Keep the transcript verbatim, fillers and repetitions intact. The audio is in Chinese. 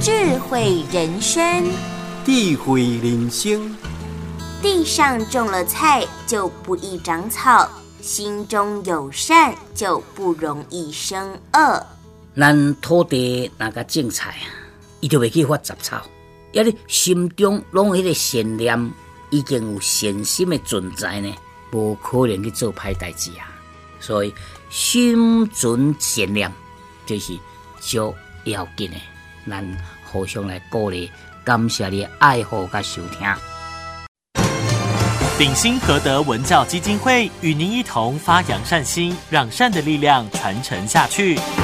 智慧人生， 智慧人生。 地上种了菜就不易长草，心中有善就不容易生恶。 咱土地那个种菜，伊就袂去发杂草。要你心中拢有迄个善念，已经有善心的存在呢，无可能去做歹代志啊。所以心存善念，就是最要紧的。咱互相来鼓励，感谢你的爱护甲收听。 鼎新和德文教基金会与您一同发扬善心，让善的力量传承下去。